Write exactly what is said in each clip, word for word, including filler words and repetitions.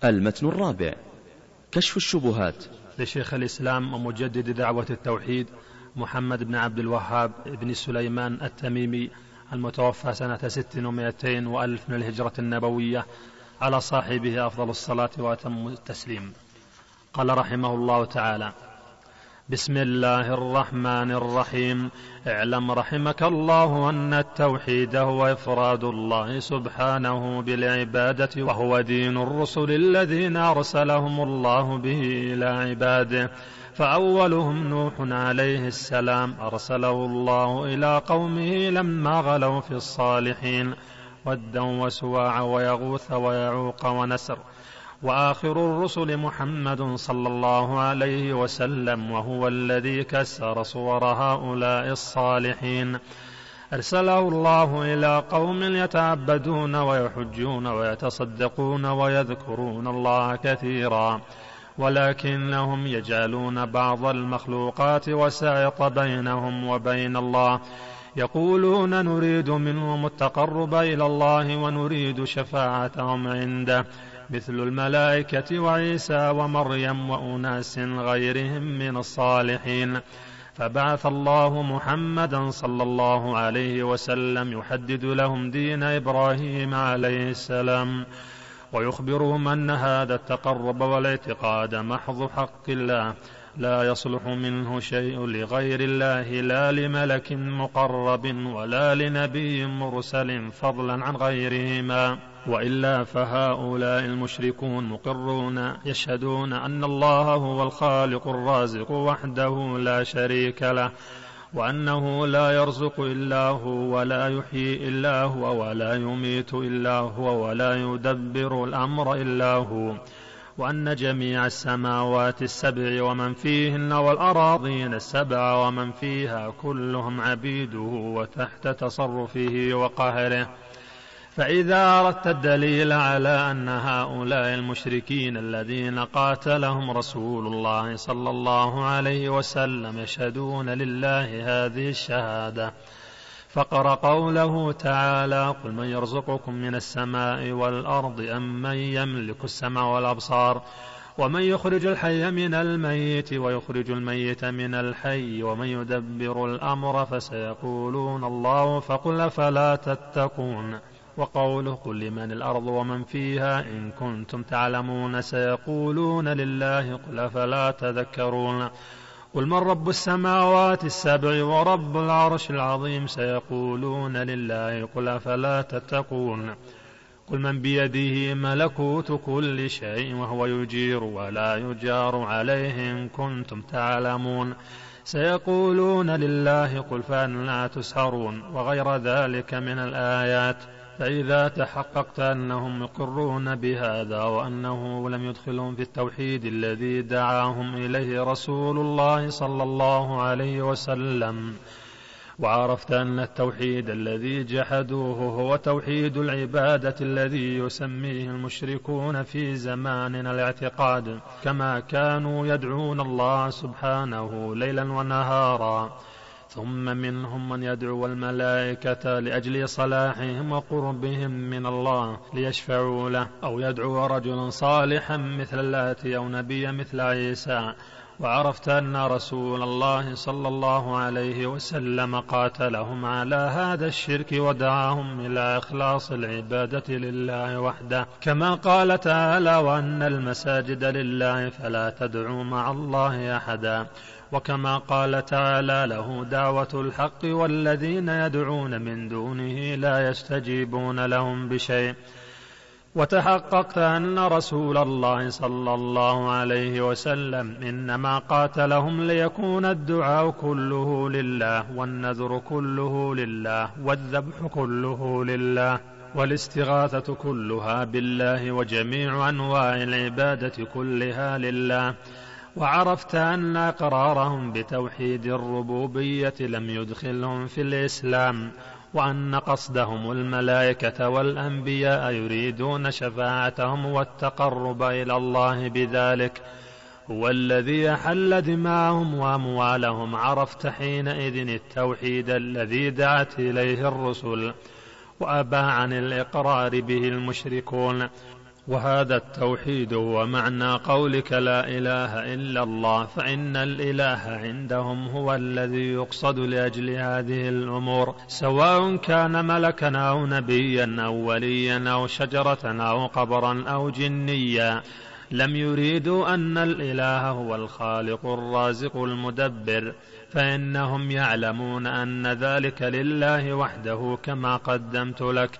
المتن الرابع: كشف الشبهات، لشيخ الإسلام ومجدد دعوة التوحيد محمد بن عبد الوهاب بن سليمان التميمي، المتوفى سنة ست ومائتين وألف من الهجرة النبوية، على صاحبه أفضل الصلاة وأتم التسليم. قال رحمه الله تعالى: بسم الله الرحمن الرحيم. اعلم رحمك الله أن التوحيد هو إفراد الله سبحانه بالعبادة، وهو دين الرسل الذين أرسلهم الله به إلى عباده، فأولهم نوح عليه السلام أرسله الله إلى قومه لما غلوا في الصالحين، ودا وسواع ويغوث ويعوق ونسر. وآخر الرسل محمد صلى الله عليه وسلم، وهو الذي كسر صور هؤلاء الصالحين. أرسله الله إلى قوم يتعبدون ويحجون ويتصدقون ويذكرون الله كثيرا، ولكنهم يجعلون بعض المخلوقات وسائط بينهم وبين الله، يقولون نريد منهم التقرب إلى الله ونريد شفاعتهم عنده، مثل الملائكة وعيسى ومريم وأناس غيرهم من الصالحين. فبعث الله محمدا صلى الله عليه وسلم يحدد لهم دين إبراهيم عليه السلام، ويخبرهم أن هذا التقرب والاعتقاد محض حق الله، لا يصلح منه شيء لغير الله، لا لملك مقرب ولا لنبي مرسل فضلا عن غيرهما، وإلا فهؤلاء المشركون مقرون يشهدون أن الله هو الخالق الرازق وحده لا شريك له، وأنه لا يرزق إلا هو ولا يحيي إلا هو ولا يميت إلا هو ولا يدبر الأمر إلا هو، وأن جميع السماوات السبع ومن فيهن والأراضين السبع ومن فيها كلهم عبيده وتحت تصرفه وقهره. فإذا أردت الدليل على أن هؤلاء المشركين الذين قاتلهم رسول الله صلى الله عليه وسلم يشهدون لله هذه الشهادة، فقرأ قوله تعالى: قل من يرزقكم من السماء والأرض أم من يملك السمع والأبصار ومن يخرج الحي من الميت ويخرج الميت من الحي ومن يدبر الأمر، فسيقولون الله فقل أفلا تتقون. وقوله: قل لمن الأرض ومن فيها إن كنتم تعلمون، سيقولون لله قل أفلا تذكرون. قل من رب السماوات السبع ورب العرش العظيم، سيقولون لله قل أفلا تتقون. قل من بيده ملكوت كل شيء وهو يجير ولا يجار عليه إن كنتم تعلمون، سيقولون لله قل فأنى تسحرون، وغير ذلك من الآيات. فإذا تحققت أنهم مقرون بهذا وأنه لم يدخلهم في التوحيد الذي دعاهم إليه رسول الله صلى الله عليه وسلم، وعرفت أن التوحيد الذي جحدوه هو توحيد العبادة الذي يسميه المشركون في زماننا الاعتقاد، كما كانوا يدعون الله سبحانه ليلا ونهارا، ثم منهم من يدعو الملائكة لأجل صلاحهم وقربهم من الله ليشفعوا له، أو يدعو رجلا صالحا مثل اللاتي أو نبيا مثل عيسى. وعرفت أن رسول الله صلى الله عليه وسلم قاتلهم على هذا الشرك ودعاهم إلى إخلاص العبادة لله وحده، كما قال تعالى: وأن المساجد لله فلا تدعوا مع الله أحدا، وكما قال تعالى: له دعوة الحق والذين يدعون من دونه لا يستجيبون لهم بشيء. وتحققت أن رسول الله صلى الله عليه وسلم إنما قاتلهم ليكون الدعاء كله لله، والنذر كله لله، والذبح كله لله، والاستغاثة كلها بالله، وجميع أنواع العبادة كلها لله. وعرفت أن إقرارهم بتوحيد الربوبية لم يدخلهم في الإسلام، وأن قصدهم الملائكة والأنبياء يريدون شفاعتهم والتقرب إلى الله بذلك هو الذي أحل دماءهم وأموالهم. عرفت حينئذ التوحيد الذي دعت إليه الرسل وأبى عن الإقرار به المشركون. وهذا التوحيد هو معنى قولك لا إله إلا الله، فإن الإله عندهم هو الذي يقصد لأجل هذه الأمور، سواء كان ملكا أو نبيا أو وليا أو شجرة أو قبرا أو جنيا. لم يريدوا أن الإله هو الخالق الرازق المدبر، فإنهم يعلمون أن ذلك لله وحده كما قدمت لك،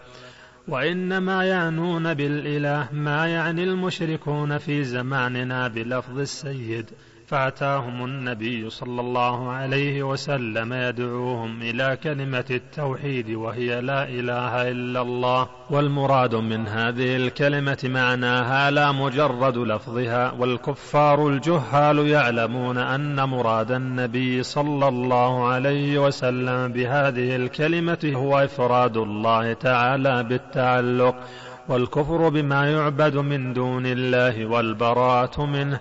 وإنما يعنون بالإله ما يعني المشركون في زماننا بلفظ السيد، فأتاهم النبي صلى الله عليه وسلم يدعوهم إلى كلمة التوحيد وهي لا إله إلا الله، والمراد من هذه الكلمة معناها لا مجرد لفظها. والكفار الجهال يعلمون أن مراد النبي صلى الله عليه وسلم بهذه الكلمة هو إفراد الله تعالى بالتعلق، والكفر بما يعبد من دون الله والبراءة منه،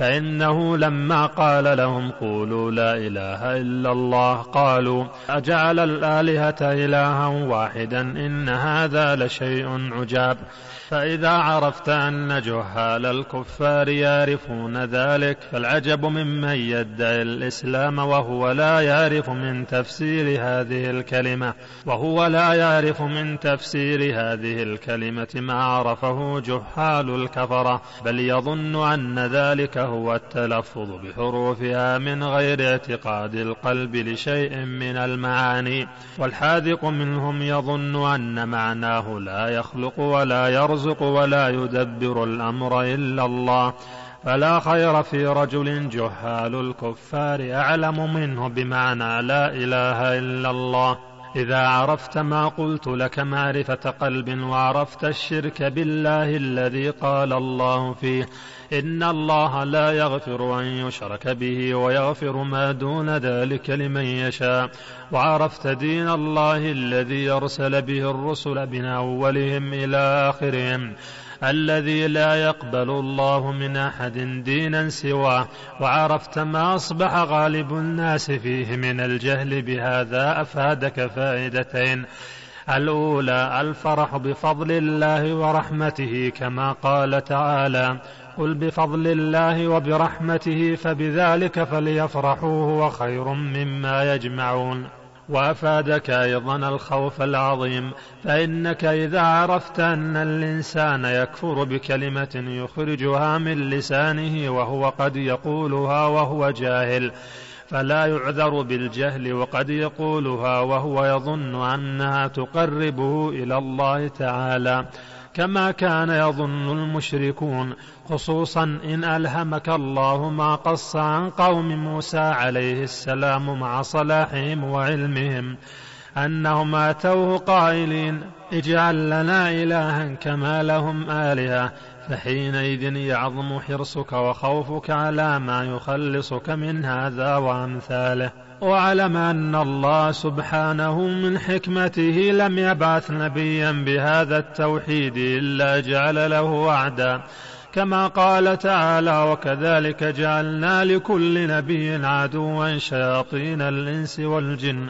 فإنه لما قال لهم قولوا لا إله إلا الله قالوا أجعل الآلهة إلها واحدا إن هذا لشيء عجاب. فإذا عرفت أن جهال الكفار يعرفون ذلك فالعجب ممن يدعي الإسلام وهو لا يعرف من تفسير هذه الكلمة وهو لا يعرف من تفسير هذه الكلمة ما عرفه جهال الكفرة، بل يظن أن ذلك هو التلفظ بحروفها من غير اعتقاد القلب لشيء من المعاني. والحاذق منهم يظن أن معناه لا يخلق ولا يرزق ولا يدبر الأمر إلا الله، فلا خير في رجل جهال الكفار أعلم منه بمعنى لا إله إلا الله. إذا عرفت ما قلت لك معرفة قلب وعرفت الشرك بالله الذي قال الله فيه إن الله لا يغفر أن يشرك به ويغفر ما دون ذلك لمن يشاء، وعرفت دين الله الذي يرسل به الرسل من أولهم إلى آخرهم الذي لا يقبل الله من أحد دينا سواه، وعرفت ما أصبح غالب الناس فيه من الجهل بهذا أفادك فائدتين: الأولى الفرح بفضل الله ورحمته كما قال تعالى قل بفضل الله وبرحمته فبذلك فليفرحوا هو خير مما يجمعون. وأفادك أيضا الخوف العظيم، فإنك إذا عرفت أن الإنسان يكفر بكلمة يخرجها من لسانه وهو قد يقولها وهو جاهل فلا يعذر بالجهل، وقد يقولها وهو يظن أنها تقربه إلى الله تعالى كما كان يظن المشركون، خصوصا إن ألهمك الله ما قص عن قوم موسى عليه السلام مع صلاحهم وعلمهم أنهم أتوه قائلين اجعل لنا إلها كما لهم آلهة، فحينئذ يعظم حرصك وخوفك على ما يخلصك من هذا وأمثاله. واعلم أن الله سبحانه من حكمته لم يبعث نبيا بهذا التوحيد إلا جعل له وعدا، كما قال تعالى وكذلك جعلنا لكل نبي عدوا شياطين الإنس والجن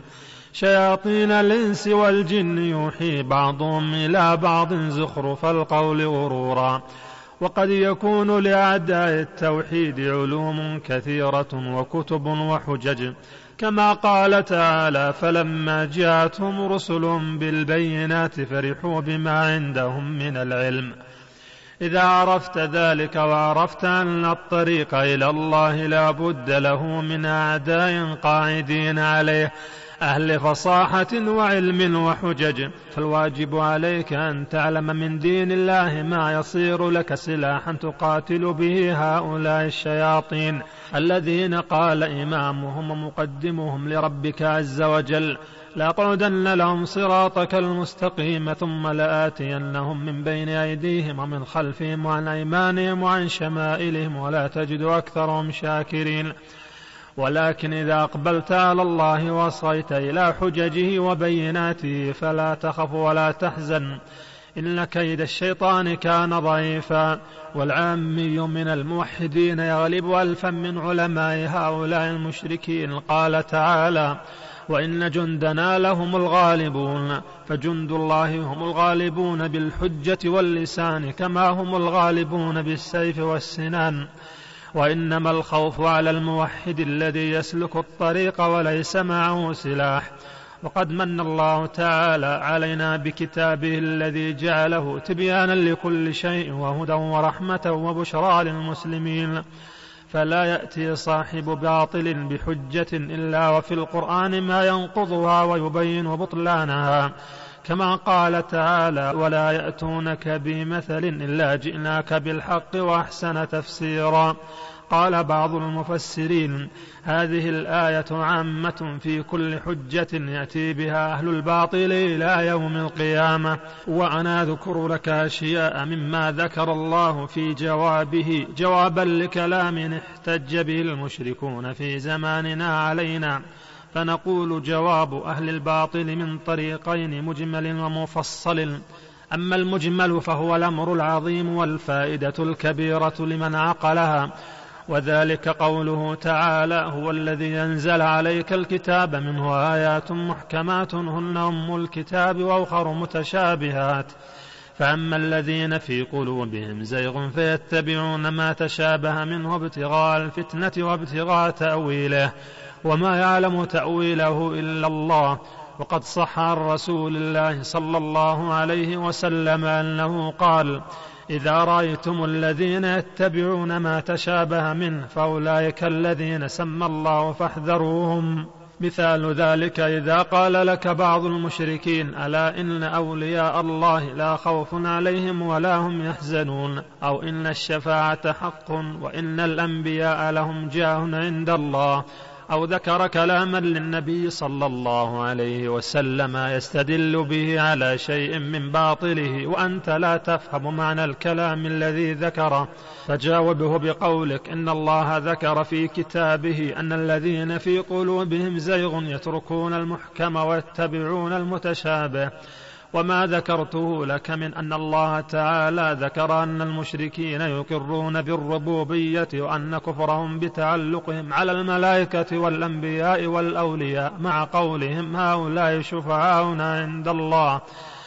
شياطين الإنس والجن يوحي بعضهم إلى بعض زخرف القول غرورا. وقد يكون لأعداء التوحيد علوم كثيرة وكتب وحجج، كما قال تعالى فلما جاءتهم رسل بالبينات فرحوا بما عندهم من العلم. إذا عرفت ذلك وعرفت أن الطريق إلى الله لا بد له من أعداء قاعدين عليه أهل فصاحة وعلم وحجج، فالواجب عليك أن تعلم من دين الله ما يصير لك سلاحا تقاتل به هؤلاء الشياطين الذين قال إمامهم ومقدمهم لربك عز وجل لأقعدن لهم صراطك المستقيم ثم لآتينهم من بين أيديهم ومن خلفهم وعن أيمانهم وعن شمائلهم ولا تجد أكثرهم شاكرين. ولكن إذا أقبلت على الله وصيت إلى حججه وبيناته فلا تخف ولا تحزن إن كيد الشيطان كان ضعيفا. والعامي من الموحدين يغلب ألفا من علماء هؤلاء المشركين. قال تعالى وإن جندنا لهم الغالبون، فجند الله هم الغالبون بالحجة واللسان كما هم الغالبون بالسيف والسنان. وإنما الخوف على الموحد الذي يسلك الطريق وليس معه سلاح. وقد من الله تعالى علينا بكتابه الذي جعله تبيانا لكل شيء وهدى ورحمة وبشرى للمسلمين، فلا يأتي صاحب باطل بحجة إلا وفي القرآن ما ينقضها ويبين بطلانها، كما قال تعالى: ولا يأتونك بمثل إلا جئناك بالحق وأحسن تفسيرا. قال بعض المفسرين: هذه الآية عامة في كل حجة يأتي بها أهل الباطل إلى يوم القيامة. وأنا أذكر لك أشياء مما ذكر الله في جوابه جوابا لكلام احتج به المشركون في زماننا علينا، فنقول: جواب أهل الباطل من طريقين، مجمل ومفصل. أما المجمل فهو الأمر العظيم والفائدة الكبيرة لمن عقلها، وذلك قوله تعالى: هو الذي ينزل عليك الكتاب منه آيات محكمات هن أم الكتاب وأخر متشابهات. فأما الذين في قلوبهم زيغ فيتبعون ما تشابه منه ابتغاء الفتنة وابتغاء تأويله، وما يعلم تأويله إلا الله. وقد صح عن رسول الله صلى الله عليه وسلم أنه قال: إذا رأيتم الذين يتبعون ما تشابه منه فأولئك الذين سمى الله فاحذروهم. مثال ذلك إذا قال لك بعض المشركين: ألا إن أولياء الله لا خوف عليهم ولا هم يحزنون، أو إن الشفاعة حق وإن الأنبياء لهم جاه عند الله، أو ذكر كلاما للنبي صلى الله عليه وسلم يستدل به على شيء من باطله وأنت لا تفهم معنى الكلام الذي ذكره، فجاوبه بقولك: إن الله ذكر في كتابه أن الذين في قلوبهم زيغ يتركون المحكم ويتبعون المتشابه. وما ذكرته لك من أن الله تعالى ذكر أن المشركين يقرون بالربوبية وأن كفرهم بتعلقهم على الملائكة والأنبياء والأولياء مع قولهم: هؤلاء شفعاؤنا عند الله،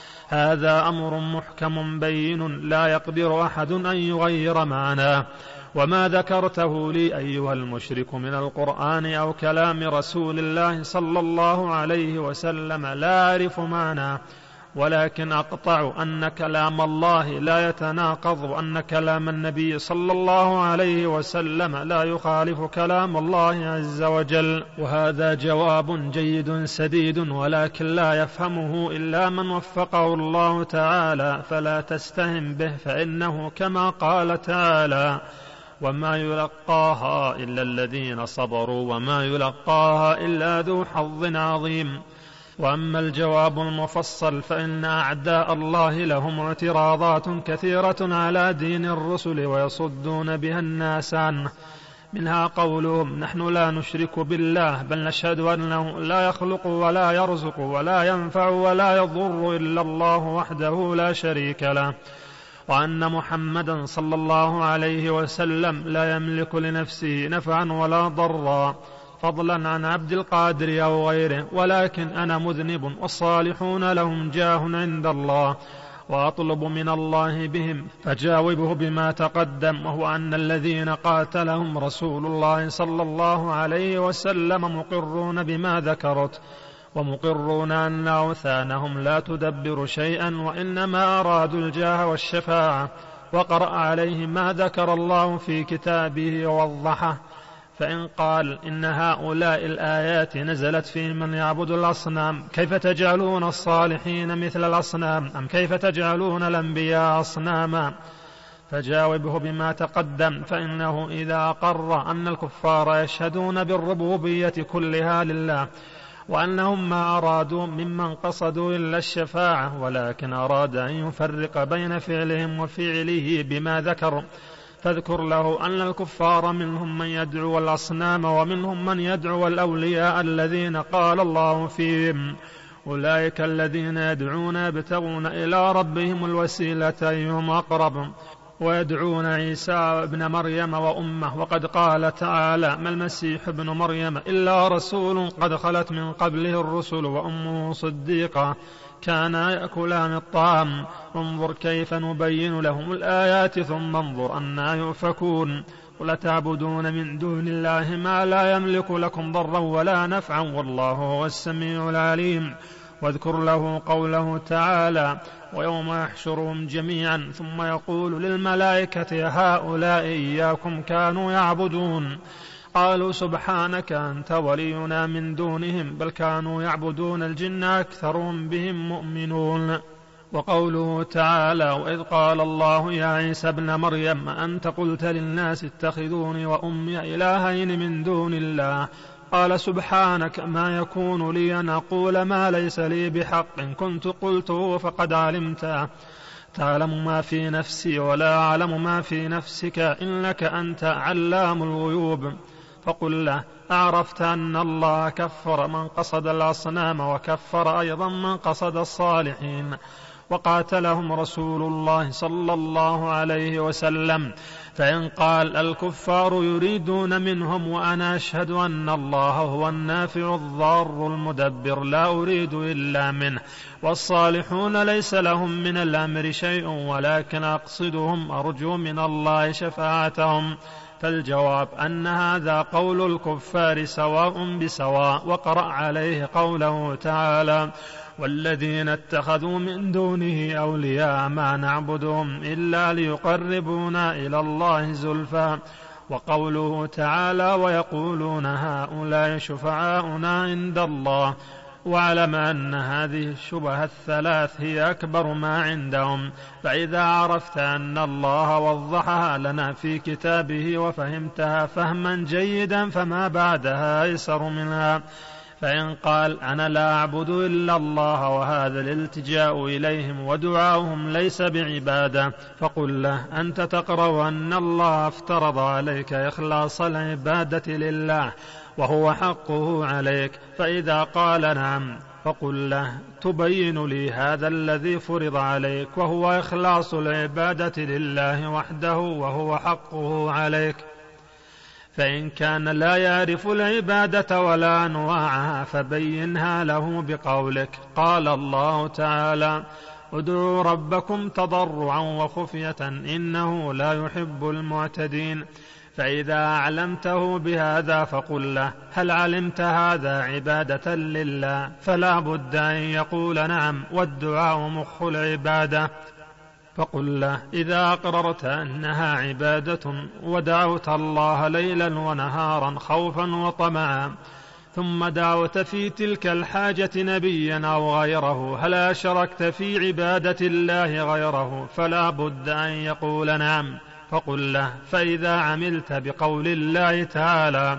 هذا أمر محكم بين لا يقدر أحد أن يغير معناه. وما ذكرته لي أيها المشرك من القرآن أو كلام رسول الله صلى الله عليه وسلم لا أعرف معناه، ولكن أقطع أن كلام الله لا يتناقض، وأن كلام النبي صلى الله عليه وسلم لا يخالف كلام الله عز وجل. وهذا جواب جيد سديد، ولكن لا يفهمه إلا من وفقه الله تعالى، فلا تستهن به، فإنه كما قال تعالى: وما يلقاها إلا الذين صبروا وما يلقاها إلا ذو حظ عظيم. وأما الجواب المفصل فإن أعداء الله لهم اعتراضات كثيرة على دين الرسل ويصدون بها الناس عنه، منها قولهم: نحن لا نشرك بالله بل نشهد أنه لا يخلق ولا يرزق ولا ينفع ولا يضر إلا الله وحده لا شريك له، وأن محمدا صلى الله عليه وسلم لا يملك لنفسه نفعا ولا ضرا فضلا عن عبد القادر أو غيره، ولكن أنا مذنب والصالحون لهم جاه عند الله وأطلب من الله بهم. فجاوبه بما تقدم، وهو أن الذين قاتلهم رسول الله صلى الله عليه وسلم مقرون بما ذكرت، ومقرون أن أوثانهم لا تدبر شيئا وإنما أرادوا الجاه والشفاعة. وقرأ عليه ما ذكر الله في كتابه ووضحه. فإن قال: إن هؤلاء الآيات نزلت في من يعبد الأصنام، كيف تجعلون الصالحين مثل الأصنام؟ أم كيف تجعلون الأنبياء أصناما؟ فجاوبه بما تقدم، فإنه إذا أقر أن الكفار يشهدون بالربوبية كلها لله، وأنهم ما أرادوا ممن قصدوا إلا الشفاعة، ولكن أراد أن يفرق بين فعلهم وفعله بما ذكر، فاذكر له أن الكفار منهم من يدعو الأصنام ومنهم من يدعو الأولياء الذين قال الله فيهم: أولئك الذين يدعون يبتغون إلى ربهم الوسيلة أيهم أقرب. ويدعون عيسى ابن مريم وأمه. وقد قال تعالى: ما المسيح ابن مريم إلا رسول قد خلت من قبله الرسل وأمه صديقة كانا يأكلان الطعام انظر كيف نبين لهم الآيات ثم انظر أنا يؤفكون. قل تعبدون من دون الله ما لا يملك لكم ضرا ولا نفعا والله هو السميع العليم. واذكر له قوله تعالى: ويوم يحشرهم جميعا ثم يقول للملائكة هؤلاء إياكم كانوا يعبدون قالوا سبحانك أنت ولينا من دونهم بل كانوا يعبدون الجن أكثرهم بهم مؤمنون. وقوله تعالى: وإذ قال الله يا عيسى ابن مريم أنت قلت للناس اتخذوني وأمي إلهين من دون الله قال سبحانك ما يكون لي أن أقول ما ليس لي بحق إن كنت قلته فقد علمته تعلم ما في نفسي ولا أعلم ما في نفسك إنك أنت علام الغيوب. فقل له: أعرفت أن الله كفر من قصد الأصنام وكفر أيضا من قصد الصالحين وقاتلهم رسول الله صلى الله عليه وسلم. فإن قال الكفار يريدون منهم وأنا أشهد أن الله هو النافع الضار المدبر لا أريد إلا منه والصالحون ليس لهم من الأمر شيء ولكن أقصدهم أرجو من الله شفاعتهم، فالجواب أن هذا قول الكفار سواء بسواء. وقرأ عليه قوله تعالى: والذين اتخذوا من دونه أولياء ما نعبدهم إلا ليقربونا إلى الله زلفى. وقوله تعالى: ويقولون هؤلاء شفعاؤنا عند الله. واعلم أن هذه الشبه الثلاث هي أكبر ما عندهم، فإذا عرفت أن الله وضحها لنا في كتابه وفهمتها فهما جيدا فما بعدها أيسر منها. فإن قال أنا لا أعبد إلا الله وهذا الالتجاء إليهم ودعاؤهم ليس بعبادة، فقل له: أنت تقرأ أن الله افترض عليك إخلاص العبادة لله وهو حقه عليك، فإذا قال نعم فقل له: تبين لي هذا الذي فرض عليك وهو إخلاص العبادة لله وحده وهو حقه عليك. فإن كان لا يعرف العبادة ولا أنواعها فبينها له بقولك: قال الله تعالى: ادعوا ربكم تضرعا وخفية إنه لا يحب المعتدين. فإذا أعلمته بهذا فقل له: هل علمت هذا عبادة لله؟ فلا بد أن يقول نعم، والدعاء مخ العبادة. فقل له: إذا أقررت أنها عبادة ودعوت الله ليلا ونهارا خوفا وطمعا ثم دعوت في تلك الحاجة نبيا أو غيره هل أشركت في عبادة الله غيره؟ فلا بد أن يقول نعم. فقل له: فإذا عملت بقول الله تعالى: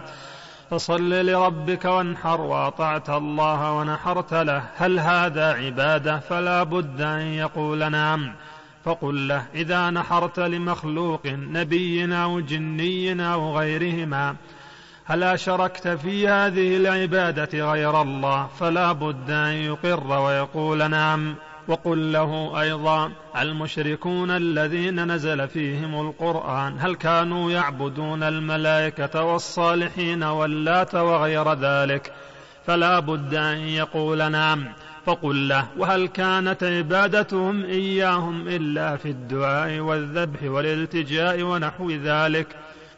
فصل لربك وانحر وأطعت الله ونحرت له هل هذا عبادة؟ فلا بد أن يقول نعم. فقل له: إذا نحرت لمخلوق نبي أو جني أو غيرهما هل أشركت في هذه العبادة غير الله؟ فلا بد أن يقر ويقول نعم. وقل له أيضا: المشركون الذين نزل فيهم القرآن هل كانوا يعبدون الملائكة والصالحين واللات وغير ذلك؟ فلا بد أن يقول نعم. فقل له: وهل كانت عبادتهم إياهم إلا في الدعاء والذبح والالتجاء ونحو ذلك؟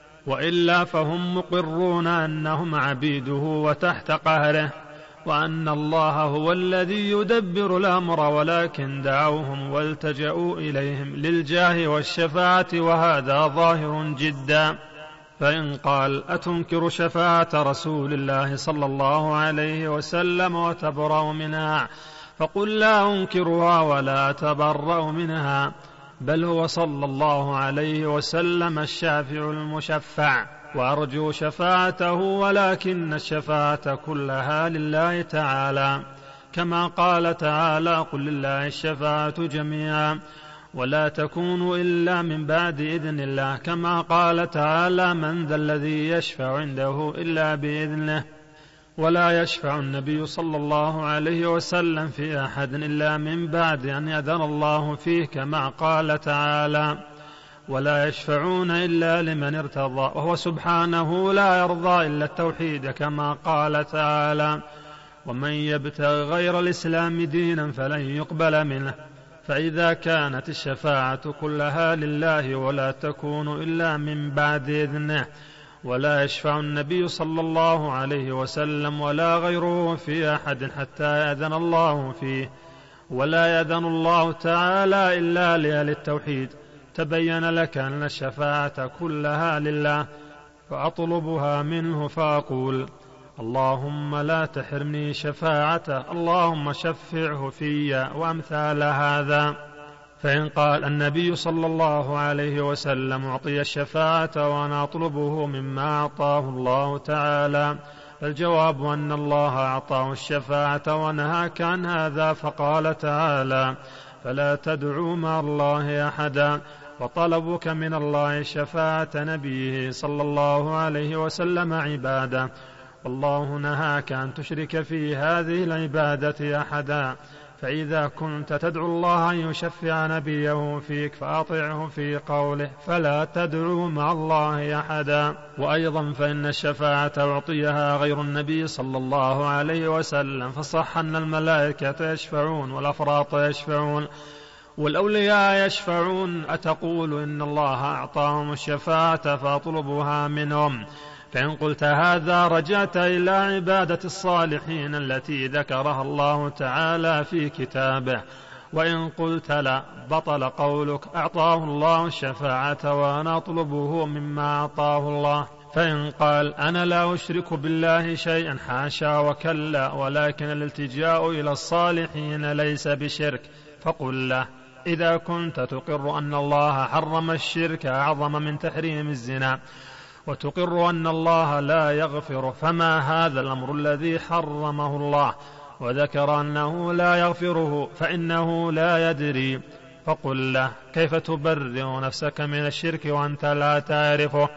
وإلا فهم مقرون أنهم عبيده وتحت قهره وأن الله هو الذي يدبر الأمر، ولكن دعوهم والتجأوا إليهم للجاه والشفاعة وهذا ظاهر جدا. فإن قال: أتنكر شفاعة رسول الله صلى الله عليه وسلم وتبرأ منها؟ فقل: لا أنكرها ولا أتبرأ منها، بل هو صلى الله عليه وسلم الشافع المشفع وأرجو شفاعته، ولكن الشفاعة كلها لله تعالى، كما قال تعالى: قل لله الشفاعة جميعا ولا تكون إلا من بعد إذن الله، كما قال تعالى: من ذا الذي يشفع عنده إلا بإذنه. ولا يشفع النبي صلى الله عليه وسلم في أحد إلا من بعد أن يأذن الله فيه، كما قال تعالى: ولا يشفعون إلا لمن ارتضى، وهو سبحانه لا يرضى إلا التوحيد، كما قال تعالى: ومن يبتغ غير الإسلام دينا فلن يقبل منه. فإذا كانت الشفاعة كلها لله ولا تكون إلا من بعد إذنه، ولا يشفع النبي صلى الله عليه وسلم ولا غيره في أحد حتى يأذن الله فيه، ولا يأذن الله تعالى إلا لأهل التوحيد، تبين لك أن الشفاعة كلها لله، فأطلبها منه فأقول: اللهم لا تحرمني شفاعته، اللهم شفعه في، وأمثال هذا. فإن قال النبي صلى الله عليه وسلم: أعطي الشفاعة وأنا أطلبه مما أعطاه الله تعالى، فالجواب أن الله أعطاه الشفاعة ونهاك عن هذا، فقال تعالى: فلا تدعوا مع الله أحدا. وطلبك من الله شفاعة نبيه صلى الله عليه وسلم عبادة، والله نهاك أن تشرك في هذه العبادة أحدا. فإذا كنت تدعو الله أن يشفع نبيه فيك فأطعه في قوله: فلا تدعوا مع الله أحدا. وأيضا فإن الشفاعة أعطيها غير النبي صلى الله عليه وسلم، فصح أن الملائكة يشفعون والأفراط يشفعون والأولياء يشفعون. أتقول إن الله أعطاهم الشفاعة فأطلبها منهم؟ فإن قلت هذا رجعت إلى عبادة الصالحين التي ذكرها الله تعالى في كتابه. وإن قلت لا، بطل قولك: أعطاه الله الشفاعة وأنا أطلبه مما أعطاه الله. فإن قال: أنا لا أشرك بالله شيئا، حاشا وكلا، ولكن الالتجاء إلى الصالحين ليس بشرك، فقل له: إذا كنت تقر أن الله حرم الشرك أعظم من تحريم الزنا، وتقر أن الله لا يغفر، فما هذا الأمر الذي حرمه الله وذكر أنه لا يغفره؟ فإنه لا يدري. فقل له: كيف تبرئ نفسك من الشرك وأنت لا تعرفه؟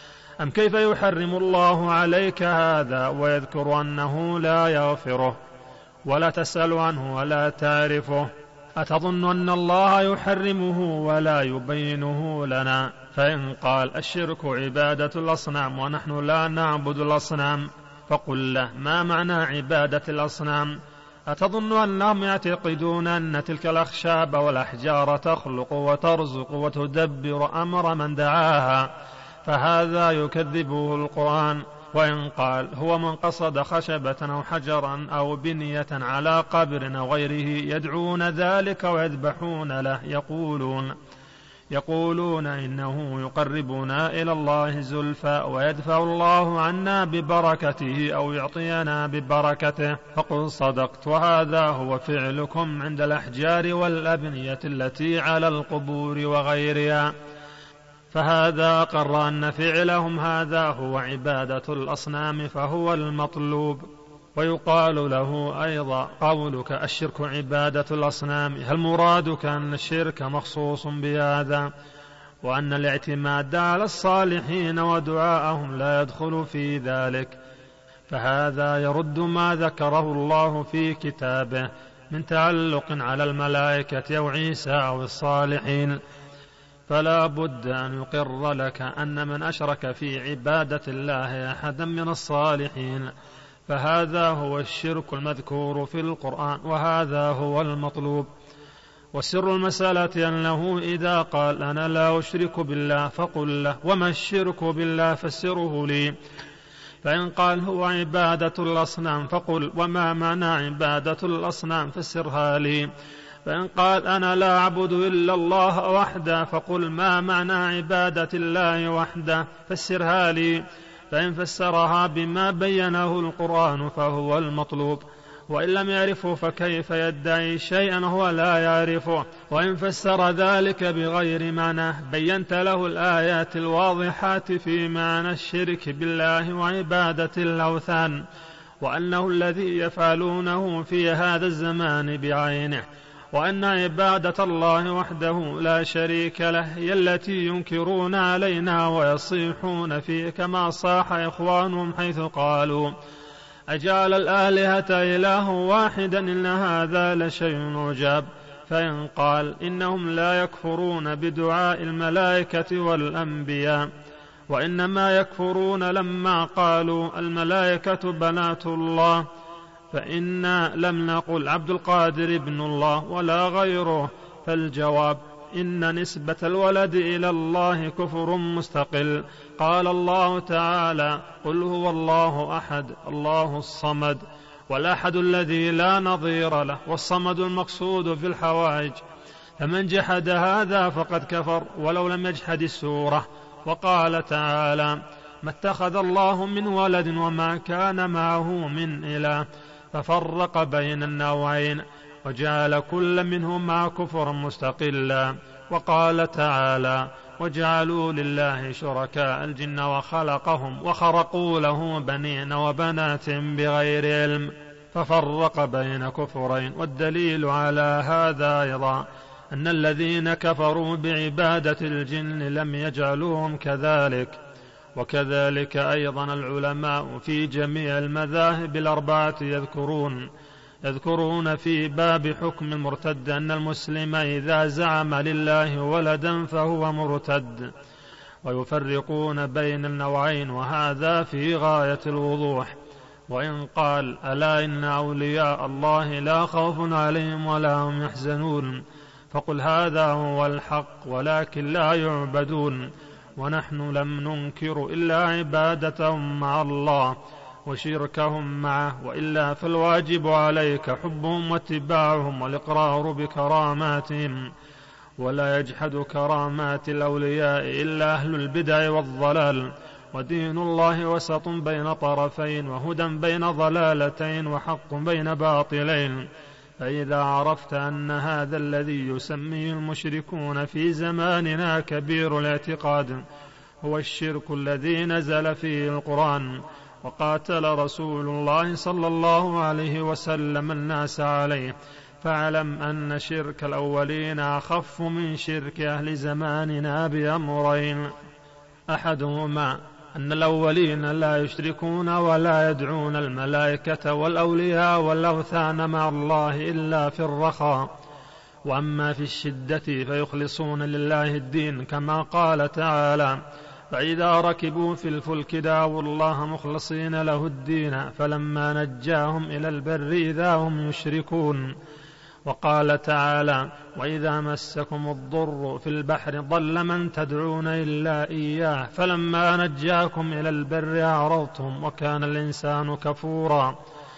أم كيف يحرم الله عليك هذا ويذكر أنه لا يغفره ولا تسأل عنه ولا تعرفه؟ أتظن أن الله يحرمه ولا يبينه لنا؟ فإن قال: الشرك عبادة الأصنام ونحن لا نعبد الأصنام، فقل له: ما معنى عبادة الأصنام؟ أتظن أنهم يعتقدون أن تلك الأخشاب والأحجار تخلق وترزق وتدبر أمر من دعاها؟ فهذا يكذبه القرآن. وإن قال: هو من قصد خشبة أو حجرا أو بنية على قبر أو غيره يدعون ذلك ويذبحون له، يقولون يقولون إنه يقربنا إلى الله زلفى ويدفع الله عنا ببركته أو يعطينا ببركته. فقل: صدقت، وهذا هو فعلكم عند الأحجار والأبنية التي على القبور وغيرها. فهذا أقر أن فعلهم هذا هو عبادة الأصنام، فهو المطلوب. ويقال له أيضا قولك: الشرك عبادة الأصنام، هل مرادك أن الشرك مخصوص بهذا، وأن الاعتماد على الصالحين ودعاءهم لا يدخل في ذلك؟ فهذا يرد ما ذكره الله في كتابه من تعلق على الملائكة أو عيسى أو الصالحين. فلا بد أن يقر لك أن من أشرك في عبادة الله أحدا من الصالحين فهذا هو الشرك المذكور في القرآن، وهذا هو المطلوب. وسر المسألة أنه إذا قال: أنا لا أشرك بالله، فقل له: وما الشرك بالله؟ فسره لي. فإن قال: هو عبادة الأصنام، فقل: وما معنى عبادة الأصنام؟ فسرها لي. فإن قال: أنا لا أعبد إلا الله وحده، فقل: ما معنى عبادة الله وحده؟ فسرها لي. فإن فسرها بما بينه القرآن فهو المطلوب، وإن لم يعرفه فكيف يدعي شيئا هو لا يعرفه؟ وإن فسر ذلك بغير معنى بينت له الآيات الواضحات في معنى الشرك بالله وعبادة الأوثان، وأنه الذي يفعلونه في هذا الزمان بعينه، وأن عبادة الله وحده لا شريك له هي التي ينكرون علينا ويصيحون فيه، كما صاح إخوانهم حيث قالوا: أجعل الآلهة إله واحدا إن هذا لشيء عجاب. فإن قال إنهم لا يكفرون بدعاء الملائكة والأنبياء، وإنما يكفرون لما قالوا الملائكة بنات الله، فإنا لم نقل عبد القادر ابن الله ولا غيره، فالجواب إن نسبة الولد إلى الله كفر مستقل. قال الله تعالى قل هو الله أحد الله الصمد، والأحد الذي لا نظير له، والصمد المقصود في الحوائج، فمن جحد هذا فقد كفر ولو لم يجحد السورة. وقال تعالى ما اتخذ الله من ولد وما كان معه من إله، ففرق بين النوعين وجعل كل منهما كفرا مستقلا. وقال تعالى وجعلوا لله شركاء الجن وخلقهم وخرقوا له بنين وبنات بغير علم، ففرق بين كفرين. والدليل على هذا أيضا أن الذين كفروا بعبادة الجن لم يجعلوهم كذلك. وكذلك أيضا العلماء في جميع المذاهب الأربعة يذكرون يذكرون في باب حكم المرتد أن المسلم إذا زعم لله ولدا فهو مرتد، ويفرقون بين النوعين، وهذا في غاية الوضوح. وإن قال ألا إن أولياء الله لا خوف عليهم ولا هم يحزنون، فقل هذا هو الحق، ولكن لا يعبدون، ونحن لم ننكر إلا عبادتهم مع الله وشركهم معه، وإلا فالواجب عليك حبهم واتباعهم والإقرار بكراماتهم. ولا يجحد كرامات الأولياء إلا أهل البدع والضلال، ودين الله وسط بين طرفين، وهدى بين ضلالتين، وحق بين باطلين. فإذا عرفت أن هذا الذي يسميه المشركون في زماننا كبير الاعتقاد هو الشرك الذي نزل فيه القرآن وقاتل رسول الله صلى الله عليه وسلم الناس عليه، فاعلم أن شرك الأولين أخف من شرك أهل زماننا بأمرين: أحدهما أن الأولين لا يشركون ولا يدعون الملائكة والأولياء والأوثان مع الله إلا في الرخاء، وأما في الشدة فيخلصون لله الدين، كما قال تعالى فإذا ركبوا في الفلك دعوا الله مخلصين له الدين فلما نجاهم إلى البر إذا هم يشركون. وقال تعالى وإذا مسكم الضر في البحر ضل من تدعون إلا إياه فلما نجاكم إلى البر أعرضتم وكان الإنسان كفورا.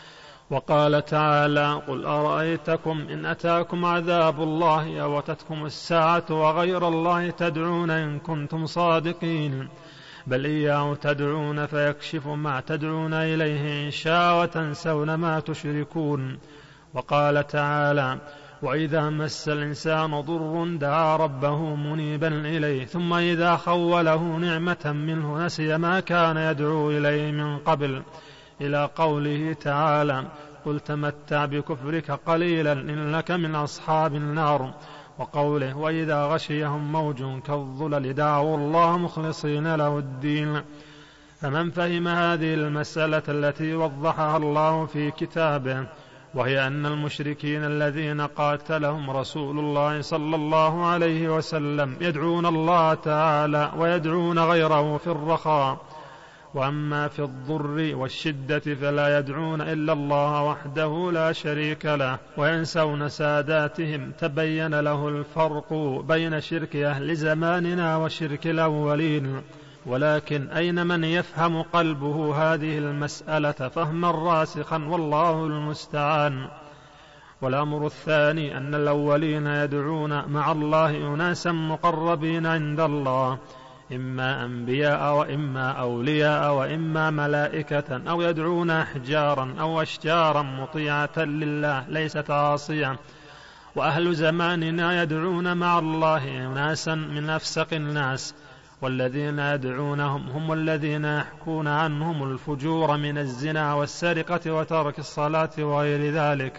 وقال تعالى قل أرأيتكم إن أتاكم عذاب الله أو أتتكم الساعة وغير الله تدعون إن كنتم صادقين، بل إياه تدعون فيكشف ما تدعون إليه إن شاء وتنسون ما تشركون. وقال تعالى وإذا مس الإنسان ضر دعا ربه منيبا إليه ثم إذا خوله نعمة منه نسي ما كان يدعو إليه من قبل، إلى قوله تعالى قل تمتع بكفرك قليلا إنك من أصحاب النار. وقوله وإذا غشيهم موج كالظلل دعوا الله مخلصين له الدين. فمن فهم هذه المسألة التي وضحها الله في كتابه، وهي أن المشركين الذين قاتلهم رسول الله صلى الله عليه وسلم يدعون الله تعالى ويدعون غيره في الرخاء، وأما في الضر والشدة فلا يدعون إلا الله وحده لا شريك له وينسون ساداتهم، تبين له الفرق بين شرك أهل زماننا وشرك الأولين. ولكن أين من يفهم قلبه هذه المسألة فهما راسخا، والله المستعان. والأمر الثاني أن الأولين يدعون مع الله أناسا مقربين عند الله، إما أنبياء وإما أولياء وإما ملائكة، أو يدعون أحجارا أو أشجارا مطيعة لله ليست عاصية. وأهل زماننا يدعون مع الله أناسا من أفسق الناس، والذين يدعونهم هم الذين يحكون عنهم الفجور من الزنا والسرقة وترك الصلاة وغير ذلك.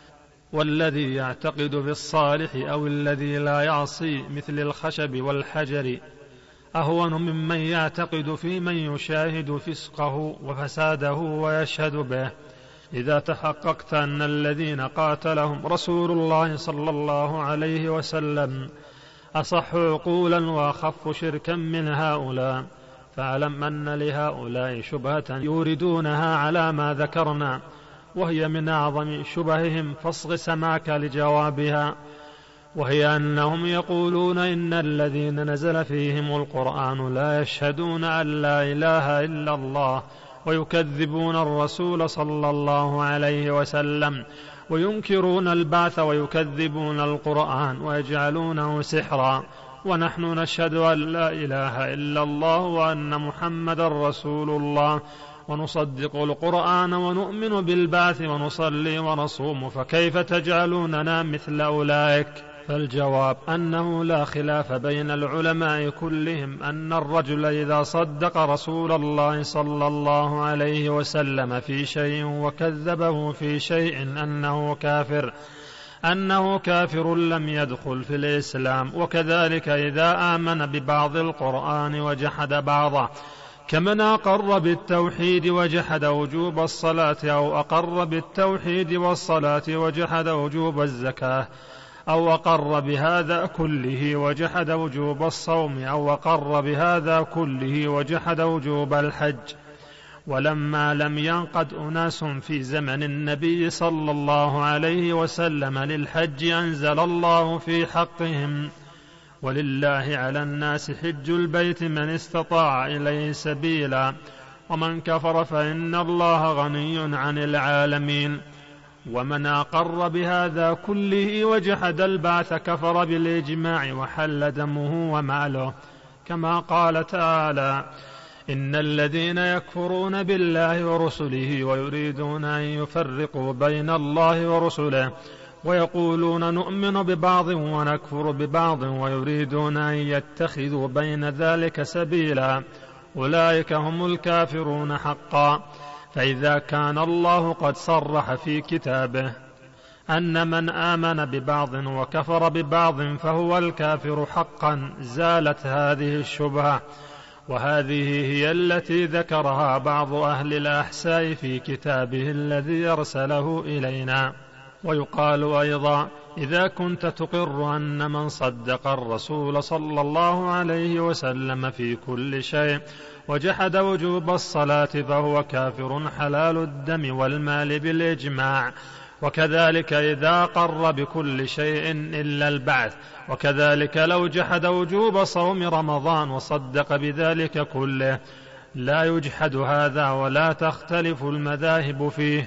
والذي يعتقد في الصالح أو الذي لا يعصي مثل الخشب والحجر أهون ممن يعتقد في من يشاهد فسقه وفساده ويشهد به، إذا تحققت أن الذين قاتلهم رسول الله صلى الله عليه وسلم أصح عقولا وأخف شركا من هؤلاء، فاعلم أن لهؤلاء شبهة يوردونها على ما ذكرنا، وهي من أعظم شبههم، فاصغ سماك لجوابها، وهي أنهم يقولون إن الذين نزل فيهم القرآن لا يشهدون أن لا إله إلا الله، ويكذبون الرسول صلى الله عليه وسلم، وينكرون البعث، ويكذبون القرآن، ويجعلونه سحرا، ونحن نشهد أن لا إله إلا الله وأن محمد رسول الله، ونصدق القرآن ونؤمن بالبعث ونصلي ونصوم، فكيف تجعلوننا مثل أولئك؟ فالجواب أنه لا خلاف بين العلماء كلهم أن الرجل إذا صدق رسول الله صلى الله عليه وسلم في شيء وكذبه في شيء أنه كافر أنه كافر لم يدخل في الإسلام. وكذلك إذا آمن ببعض القرآن وجحد بعضه، كمن أقر بالتوحيد وجحد وجوب الصلاة، أو أقر بالتوحيد والصلاة وجحد وجوب الزكاة، أو أقر بهذا كله وجحد وجوب الصوم، أو أقر بهذا كله وجحد وجوب الحج. ولما لم ينقد أناس في زمن النبي صلى الله عليه وسلم للحج، أنزل الله في حقهم: ولله على الناس حج البيت من استطاع إليه سبيلا، ومن كفر فإن الله غني عن العالمين. ومن أقر بهذا كله وجحد البعث كفر بالإجماع وحل دمه وماله، كما قال تعالى: إن الذين يكفرون بالله ورسله ويريدون أن يفرقوا بين الله ورسله ويقولون نؤمن ببعض ونكفر ببعض ويريدون أن يتخذوا بين ذلك سبيلا، أولئك هم الكافرون حقا. فإذا كان الله قد صرح في كتابه أن من آمن ببعض وكفر ببعض فهو الكافر حقا، زالت هذه الشبهة، وهذه هي التي ذكرها بعض أهل الأحساء في كتابه الذي أرسله إلينا. ويقال أيضا: إذا كنت تقر أن من صدق الرسول صلى الله عليه وسلم في كل شيء وجحد وجوب الصلاة فهو كافر حلال الدم والمال بالإجماع. وكذلك إذا قر بكل شيء إلا البعث. وكذلك لو جحد وجوب صوم رمضان وصدق بذلك كله، لا يجحد هذا ولا تختلف المذاهب فيه.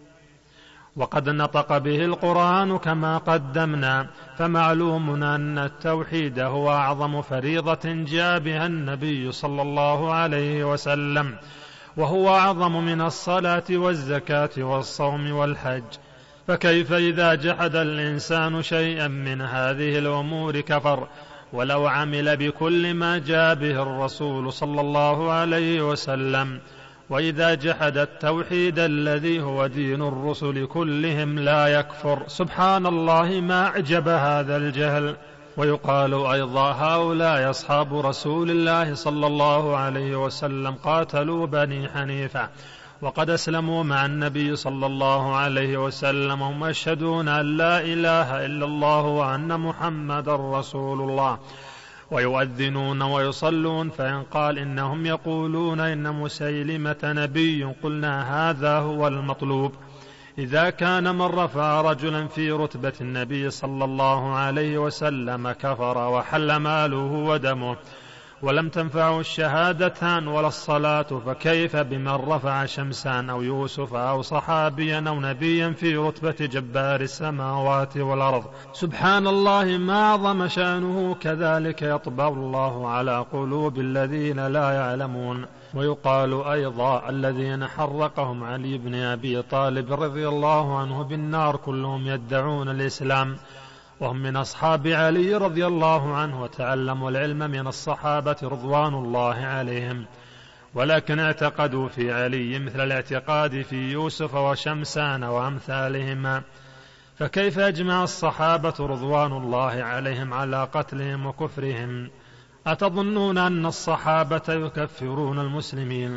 وقد نطق به القرآن كما قدمنا، فمعلوم أن التوحيد هو أعظم فريضة جاء بها النبي صلى الله عليه وسلم، وهو أعظم من الصلاة والزكاة والصوم والحج. فكيف إذا جحد الإنسان شيئا من هذه الأمور كفر، ولو عمل بكل ما جاء به الرسول صلى الله عليه وسلم؟ وإذا جحد التوحيد الذي هو دين الرسل كلهم لا يكفر. سبحان الله، ما أعجب هذا الجهل. ويقال أيضا: هؤلاء أصحاب رسول الله صلى الله عليه وسلم قاتلوا بني حنيفة وقد أسلموا مع النبي صلى الله عليه وسلم، هم يشهدون أن لا إله إلا الله وأن محمد رسول الله، ويؤذنون ويصلون. فإن قال إنهم يقولون إن مسيلمة نبي، قلنا هذا هو المطلوب. إذا كان من رفع رجلا في رتبة النبي صلى الله عليه وسلم كفر وحل ماله ودمه، ولم تنفعه الشهادتان ولا الصلاة، فكيف بمن رفع شمسان أو يوسف أو صحابيا أو نبيا في رتبة جبار السماوات والأرض؟ سبحان الله، ما أعظم شأنه. كذلك يطبع الله على قلوب الذين لا يعلمون. ويقال أيضا: الذين حرقهم علي بن أبي طالب رضي الله عنه بالنار كلهم يدعون الإسلام، وهم من أصحاب علي رضي الله عنه، وتعلموا العلم من الصحابة رضوان الله عليهم، ولكن اعتقدوا في علي مثل الاعتقاد في يوسف وشمسان وأمثالهما. فكيف يجمع الصحابة رضوان الله عليهم على قتلهم وكفرهم؟ أتظنون أن الصحابة يكفرون المسلمين؟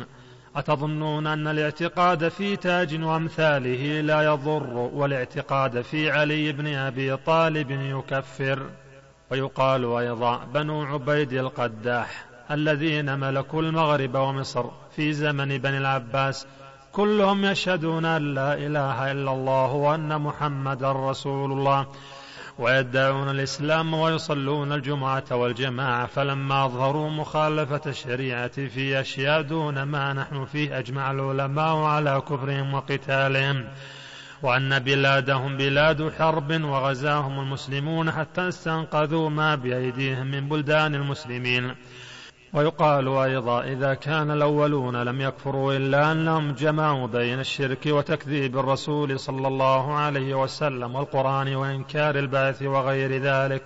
أتظنون أن الاعتقاد في تاج وأمثاله لا يضر والاعتقاد في علي بن أبي طالب يكفر؟ ويقال أيضا بنو عبيد القداح الذين ملكوا المغرب ومصر في زمن بني العباس كلهم يشهدون أن لا إله إلا الله وأن محمد رسول الله ويدعون الإسلام ويصلون الجمعة والجماعة، فلما أظهروا مخالفة الشريعة في أشياء دون ما نحن فيه أجمع العلماء على كفرهم وقتالهم، وأن بلادهم بلاد حرب وغزاهم المسلمون حتى استنقذوا ما بأيديهم من بلدان المسلمين. ويقال أيضا إذا كان الأولون لم يكفروا إلا أنهم جمعوا بين الشرك وتكذيب الرسول صلى الله عليه وسلم والقرآن وإنكار البعث وغير ذلك،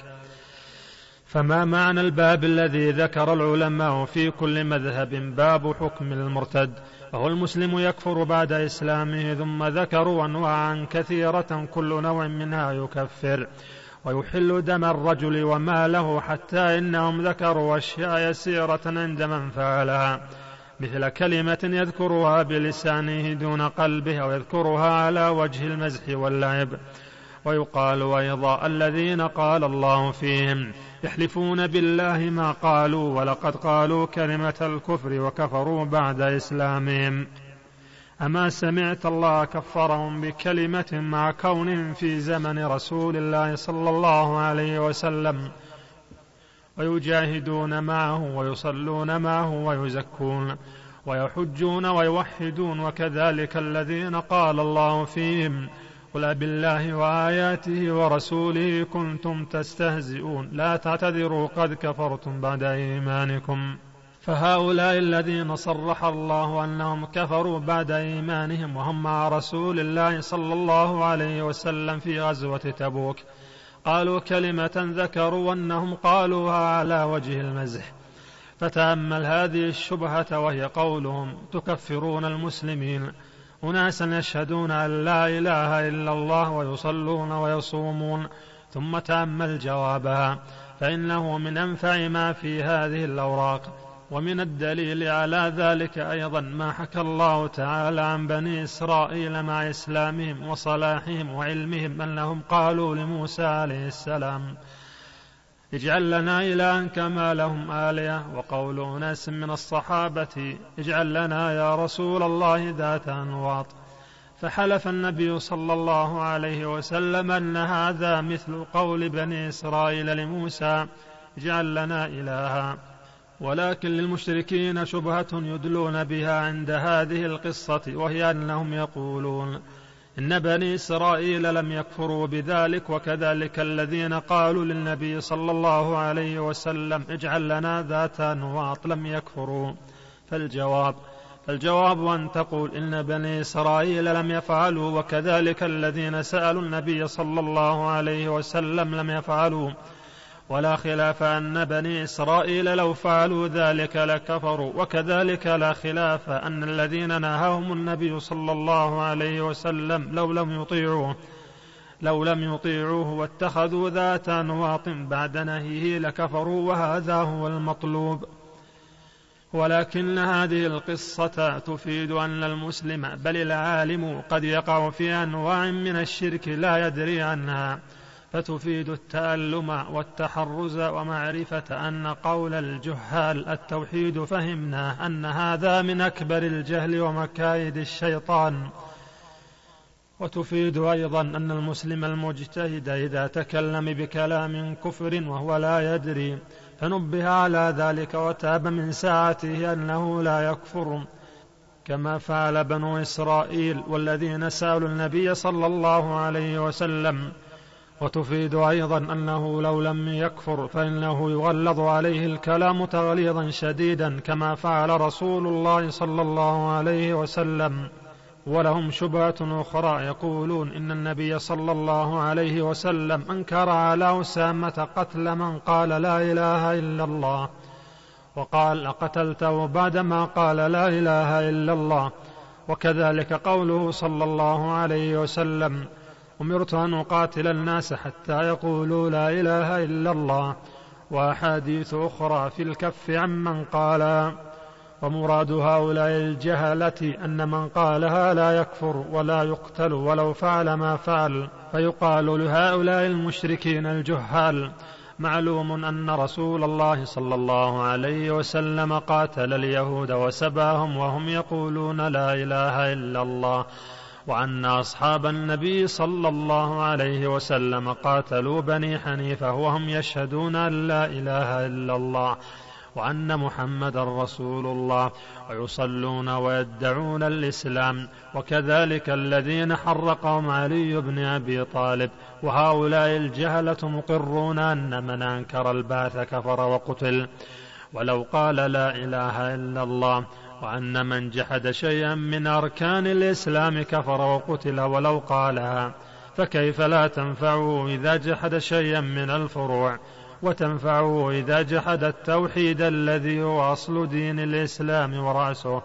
فما معنى الباب الذي ذكر العلماء في كل مذهب باب حكم المرتد؟ وهو المسلم يكفر بعد إسلامه، ثم ذكروا أنواعا كثيرة كل نوع منها يكفر ويحل دم الرجل وماله، حتى إنهم ذكروا أشياء يسيرة عند من فعلها، مثل كلمة يذكرها بلسانه دون قلبه أو يذكرها على وجه المزح واللعب. ويقال أيضا الذين قال الله فيهم يحلفون بالله ما قالوا ولقد قالوا كلمة الكفر وكفروا بعد إسلامهم. أما سمعت الله كفرهم بكلمة مع كونهم في زمن رسول الله صلى الله عليه وسلم ويجاهدون معه ويصلون معه ويزكون ويحجون ويوحدون، وكذلك الذين قال الله فيهم قل بالله وآياته ورسوله كنتم تستهزئون لا تعتذروا قد كفرتم بعد إيمانكم. فهؤلاء الذين صرح الله أنهم كفروا بعد إيمانهم وهم مع رسول الله صلى الله عليه وسلم في غزوة تبوك قالوا كلمة ذكروا أنهم قالوها على وجه المزح. فتأمل هذه الشبهة وهي قولهم تكفرون المسلمين، أناسا يشهدون أن لا إله إلا الله ويصلون ويصومون، ثم تأمل جوابها فإنه من أنفع ما في هذه الأوراق. ومن الدليل على ذلك أيضا ما حكى الله تعالى عن بني إسرائيل مع إسلامهم وصلاحهم وعلمهم أنهم قالوا لموسى عليه السلام اجعل لنا إلها كما لهم آلهة، وقول أناس من الصحابة اجعل لنا يا رسول الله ذات أنواط. فحلف النبي صلى الله عليه وسلم أن هذا مثل قول بني إسرائيل لموسى اجعل لنا إلها. ولكن للمشركين شبهة يدلون بها عند هذه القصة، وهي أنهم يقولون إن بني إسرائيل لم يكفروا بذلك، وكذلك الذين قالوا للنبي صلى الله عليه وسلم اجعل لنا ذات أنواط لم يكفروا. فالجواب فالجواب أن تقول إن بني إسرائيل لم يفعلوا، وكذلك الذين سألوا النبي صلى الله عليه وسلم لم يفعلوا، ولا خلاف أن بني إسرائيل لو فعلوا ذلك لكفروا، وكذلك لا خلاف أن الذين نهاهم النبي صلى الله عليه وسلم لو لم يطيعوه لو لم يطيعوه واتخذوا ذات أنواط بعد نهيه لكفروا، وهذا هو المطلوب. ولكن هذه القصة تفيد أن المسلم بل العالم قد يقع في أنواع من الشرك لا يدري عنها، فتفيد التألم والتحرز ومعرفة أن قول الجهال التوحيد فهمنا أن هذا من أكبر الجهل ومكايد الشيطان. وتفيد أيضا أن المسلم المجتهد إذا تكلم بكلام كفر وهو لا يدري فنبه على ذلك وتاب من ساعته أنه لا يكفر، كما فعل بنو إسرائيل والذين سألوا النبي صلى الله عليه وسلم. وتفيد أيضا أنه لو لم يكفر فإنه يغلظ عليه الكلام تغليظا شديدا كما فعل رسول الله صلى الله عليه وسلم. ولهم شبهة أخرى يقولون إن النبي صلى الله عليه وسلم أنكر على أسامة قتل من قال لا إله إلا الله، وقال أقتلته بعدما قال لا إله إلا الله. وكذلك قوله صلى الله عليه وسلم أمرت أن أقاتل الناس حتى يقولوا لا إله إلا الله، وأحاديث أخرى في الكف عمن قال. ومراد هؤلاء الجهلة أن من قالها لا يكفر ولا يقتل ولو فعل ما فعل، فيقال لهؤلاء المشركين الجهال: معلوم أن رسول الله صلى الله عليه وسلم قاتل اليهود وسباهم وهم يقولون لا إله إلا الله، وأن أصحاب النبي صلى الله عليه وسلم قاتلوا بني حنيفة وهم يشهدون أن لا إله إلا الله وأن محمد رسول الله ويصلون ويدعون الإسلام، وكذلك الذين حرقهم علي بن أبي طالب. وهؤلاء الجهلة مقرون أن من أنكر البعث كفر وقتل ولو قال لا إله إلا الله، وأن من جحد شيئا من أركان الإسلام كفر وقتل ولو قالها، فكيف لا تنفعه إذا جحد شيئا من الفروع، وتنفعه إذا جحد التوحيد الذي هو أصل دين الإسلام ورأسه.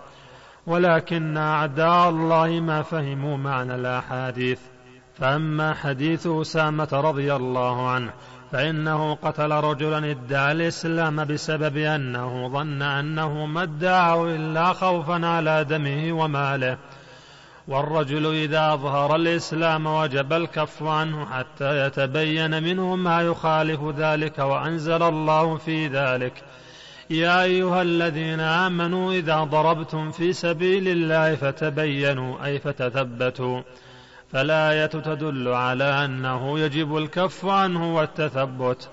ولكن أعداء الله ما فهموا معنى الأحاديث. فأما حديث أسامة رضي الله عنه فإنه قتل رجلا ادعى الإسلام بسبب أنه ظن أنه ما ادعاه إلا خوفا على دمه وماله، والرجل إذا أظهر الإسلام وجب الكف عنه حتى يتبين منه ما يخالف ذلك. وأنزل الله في ذلك: يا أيها الذين آمنوا إذا ضربتم في سبيل الله فتبينوا، أي فتثبتوا. فالآية تدل على أنه يجب الكف عنه والتثبت،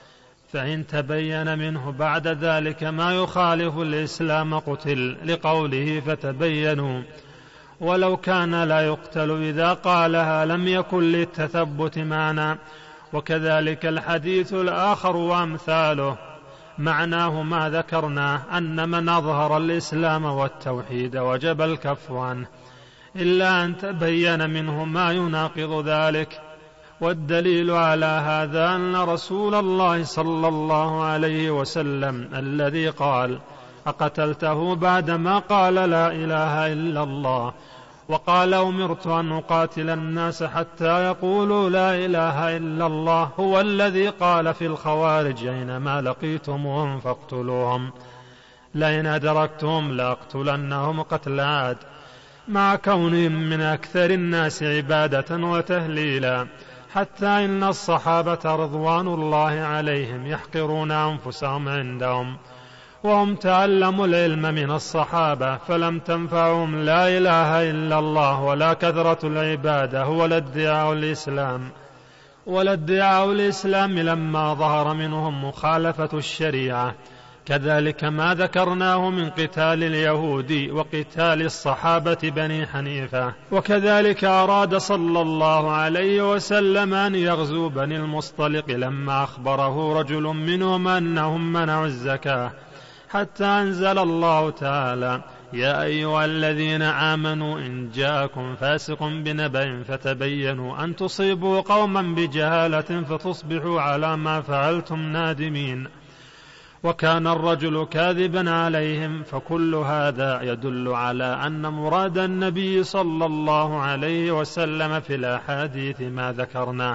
فإن تبين منه بعد ذلك ما يخالف الإسلام قتل، لقوله فتبينوا. ولو كان لا يقتل إذا قالها لم يكن للتثبت معنى. وكذلك الحديث الآخر وأمثاله معناه ما ذكرناه، أن من أظهر الإسلام والتوحيد وجب الكف عنه إلا أن تبين منه ما يناقض ذلك. والدليل على هذا أن رسول الله صلى الله عليه وسلم الذي قال: أقتلته بعدما قال لا إله إلا الله، وقال: أمرت أن أقاتل الناس حتى يقولوا لا إله إلا الله، هو الذي قال في الخوارج: أينما لقيتموهم فاقتلوهم، لئن أدركتهم لأقتلنهم قتل عاد، مع كونهم من أكثر الناس عبادة وتهليلا، حتى إن الصحابة رضوان الله عليهم يحقرون أنفسهم عندهم، وهم تعلموا العلم من الصحابة، فلم تنفعهم لا إله إلا الله ولا كثرة العبادة ولا ادعاء الإسلام ولا ادعاء الإسلام لما ظهر منهم مخالفة الشريعة. كذلك ما ذكرناه من قتال اليهود وقتال الصحابة بني حنيفة. وكذلك أراد صلى الله عليه وسلم أن يغزو بني المصطلق لما أخبره رجل منهم أنهم منعوا الزكاة، حتى أنزل الله تعالى: يا أيها الذين آمنوا إن جاءكم فاسق بنبأ فتبينوا أن تصيبوا قوما بجهالة فتصبحوا على ما فعلتم نادمين. وكان الرجل كاذبا عليهم. فكل هذا يدل على أن مراد النبي صلى الله عليه وسلم في الأحاديث ما ذكرناه.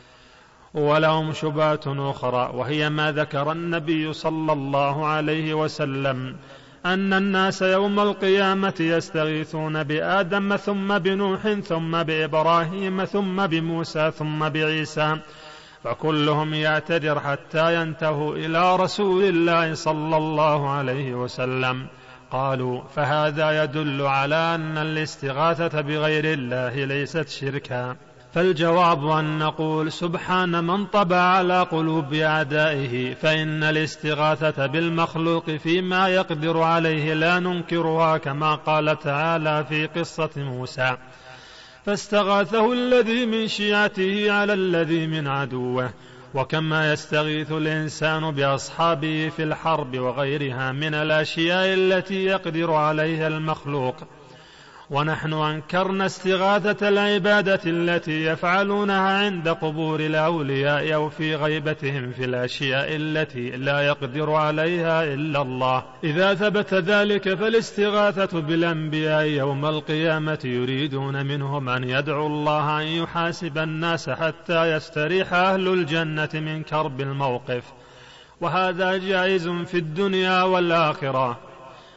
ولهم شبهات أخرى، وهي ما ذكر النبي صلى الله عليه وسلم أن الناس يوم القيامة يستغيثون بآدم ثم بنوح ثم بإبراهيم ثم بموسى ثم بعيسى، فكلهم يعتذر حتى ينتهوا إلى رسول الله صلى الله عليه وسلم. قالوا: فهذا يدل على أن الاستغاثة بغير الله ليست شركا. فالجواب أن نقول: سبحان من طبع على قلوب أعدائه، فإن الاستغاثة بالمخلوق فيما يقدر عليه لا ننكرها، كما قال تعالى في قصة موسى: فاستغاثه الذي من شيعته على الذي من عدوه. وكما يستغيث الإنسان بأصحابه في الحرب وغيرها من الأشياء التي يقدر عليها المخلوق. ونحن أنكرنا استغاثة العبادة التي يفعلونها عند قبور الأولياء أو في غيبتهم في الأشياء التي لا يقدر عليها إلا الله. إذا ثبت ذلك فالاستغاثة بالأنبياء يوم القيامة يريدون منهم أن يدعوا الله أن يحاسب الناس حتى يستريح أهل الجنة من كرب الموقف، وهذا جائز في الدنيا والآخرة.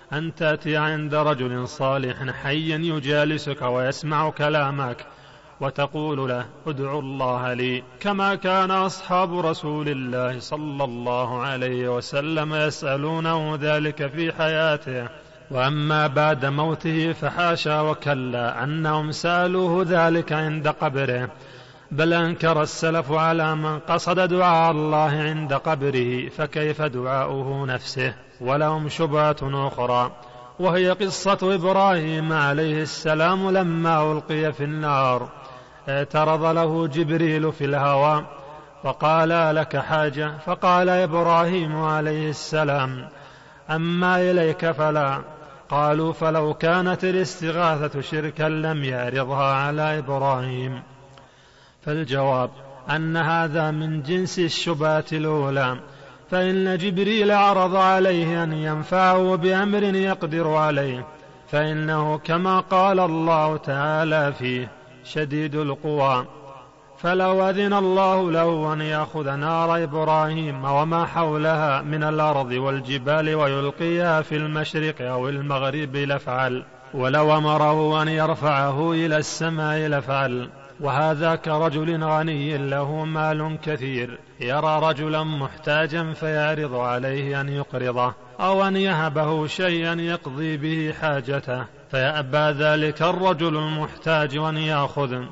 أن تأتي عند رجل صالح حي يجالسك ويسمع كلامك وتقول له ادعو الله لي، كما كان أصحاب رسول الله صلى الله عليه وسلم يسألونه ذلك في حياته. وأما بعد موته فحاشا وكلا أنهم سألوه ذلك عند قبره، بل أنكر السلف على من قصد دعاء الله عند قبره، فكيف دعاؤه نفسه؟ ولهم شبهة أخرى، وهي قصة إبراهيم عليه السلام لما ألقي في النار اعترض له جبريل في الهوى فقال لك حاجة؟ فقال إبراهيم عليه السلام أما إليك فلا. قالوا فلو كانت الاستغاثة شركا لم يعرضها على إبراهيم. فالجواب أن هذا من جنس الشبهة الأولى، فإن جبريل عرض عليه أن ينفعه بأمر يقدر عليه، فإنه كما قال الله تعالى فيه شديد القوى، فلو أذن الله له أن يأخذ نار إبراهيم وما حولها من الأرض والجبال ويلقيها في المشرق أو المغرب لفعل، ولو أمره أن يرفعه إلى السماء لفعل. وهذا كرجل غني له مال كثير يرى رجلا محتاجا فيعرض عليه أن يقرضه أو أن يهبه شيئا يقضي به حاجته، فيأبى ذلك الرجل المحتاج أن يأخذ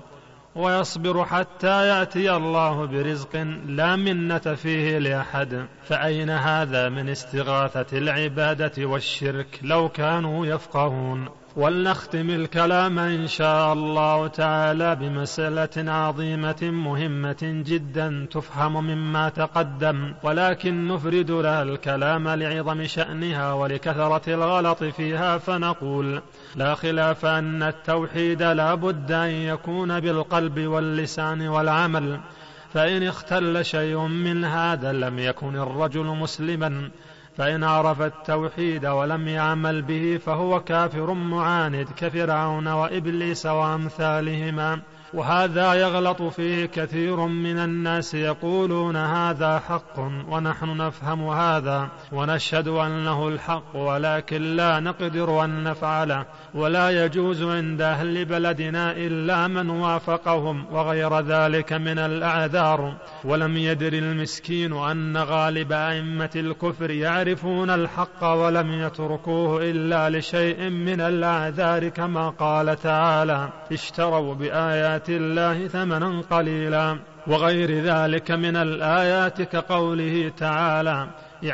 ويصبر حتى يأتي الله برزق لا منة فيه لأحد. فأين هذا من استغاثة العبادة والشرك لو كانوا يفقهون؟ ولنختم الكلام إن شاء الله تعالى بمسألة عظيمة مهمة جدا تفهم مما تقدم، ولكن نفرد لها الكلام لعظم شأنها ولكثرة الغلط فيها، فنقول لا خلاف أن التوحيد لا بد أن يكون بالقلب واللسان والعمل، فإن اختل شيء من هذا لم يكن الرجل مسلما، فإن عرف التوحيد ولم يعمل به فهو كافر معاند كفرعون وإبليس وأمثالهما. وهذا يغلط فيه كثير من الناس، يقولون هذا حق ونحن نفهم هذا ونشهد أنه الحق، ولكن لا نقدر أن نفعله، ولا يجوز عند أهل بلدنا إلا من وافقهم، وغير ذلك من الأعذار. ولم يدر المسكين أن غالب أئمة الكفر يعرفون الحق ولم يتركوه إلا لشيء من الأعذار، كما قال تعالى اشتروا بآيات الله ثمنا قليلا، وغير ذلك من الآيات كقوله تعالى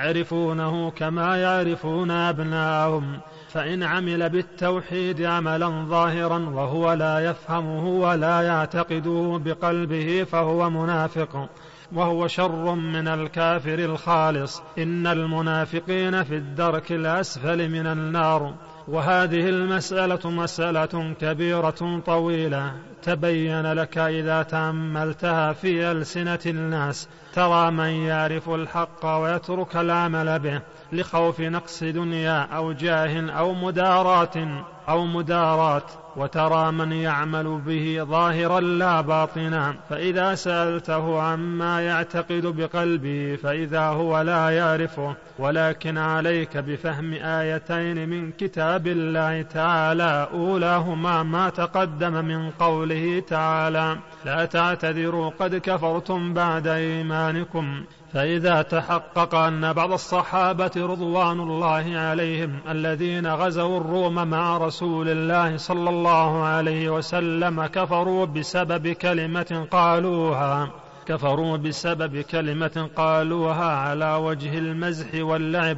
يعرفونه كما يعرفون أبناءهم. فإن عمل بالتوحيد عملا ظاهرا وهو لا يفهمه ولا يعتقده بقلبه فهو منافق، وهو شر من الكافر الخالص. إن المنافقين في الدرك الأسفل من النار. وهذه المسألة مسألة كبيرة طويلة تبين لك إذا تأملتها في ألسنة الناس، ترى من يعرف الحق ويترك العمل به لخوف نقص دنيا أو جاه أو مدارات أو مدارات، وترى من يعمل به ظاهرا لا باطنا، فإذا سألته عما يعتقد بقلبه فإذا هو لا يعرفه. ولكن عليك بفهم آيتين من كتاب الله تعالى، أولاهما ما تقدم من قوله تعالى لا تعتذروا قد كفرتم بعد إيمانكم. فإذا تحقق أن بعض الصحابة رضوان الله عليهم الذين غزوا الروم مع رسول الله صلى الله عليه وسلم كفروا بسبب كلمة قالوها كفروا بسبب كلمة قالوها على وجه المزح واللعب،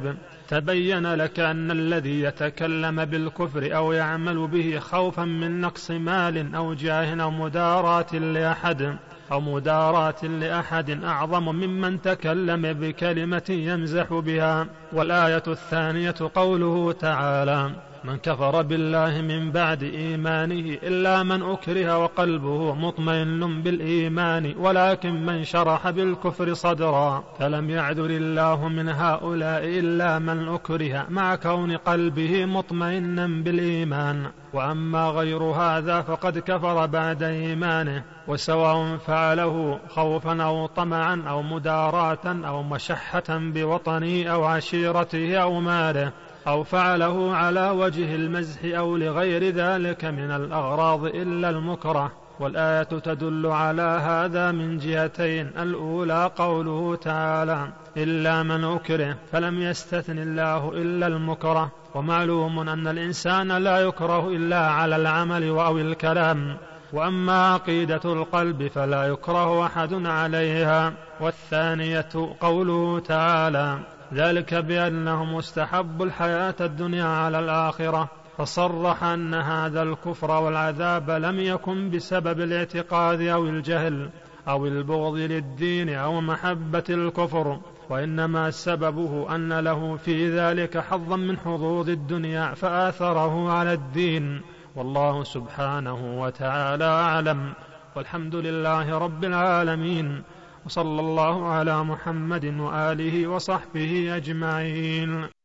تبين لك أن الذي يتكلم بالكفر أو يعمل به خوفا من نقص مال أو جاه أو مدارات لأحد أو مدارات لأحد أعظم ممن تكلم بكلمة يمزح بها. والآية الثانية قوله تعالى من كفر بالله من بعد إيمانه إلا من أكره وقلبه مطمئن بالإيمان ولكن من شرح بالكفر صدرا، فلم يعذر الله من هؤلاء إلا من أكره مع كون قلبه مطمئنا بالإيمان. وأما غير هذا فقد كفر بعد إيمانه، وسواء فعله خوفا أو طمعا أو مداراة أو مشحة بوطنه أو عشيرته أو ماله أو فعله على وجه المزح أو لغير ذلك من الأغراض إلا المكره. والآية تدل على هذا من جهتين: الأولى قوله تعالى: إلا من أكره، فلم يستثن الله إلا المكره. ومعلوم أن الإنسان لا يكره إلا على العمل أو الكلام، وأما عقيدة القلب فلا يكره أحد عليها. والثانية قوله تعالى: ذلك بأنهم استحبوا الحياة الدنيا على الآخرة، فصرح أن هذا الكفر والعذاب لم يكن بسبب الاعتقاد أو الجهل أو البغض للدين أو محبة الكفر، وإنما سببه أن له في ذلك حظا من حظوظ الدنيا فآثره على الدين. والله سبحانه وتعالى أعلم، والحمد لله رب العالمين، وصلى الله على محمد وآله وصحبه أجمعين.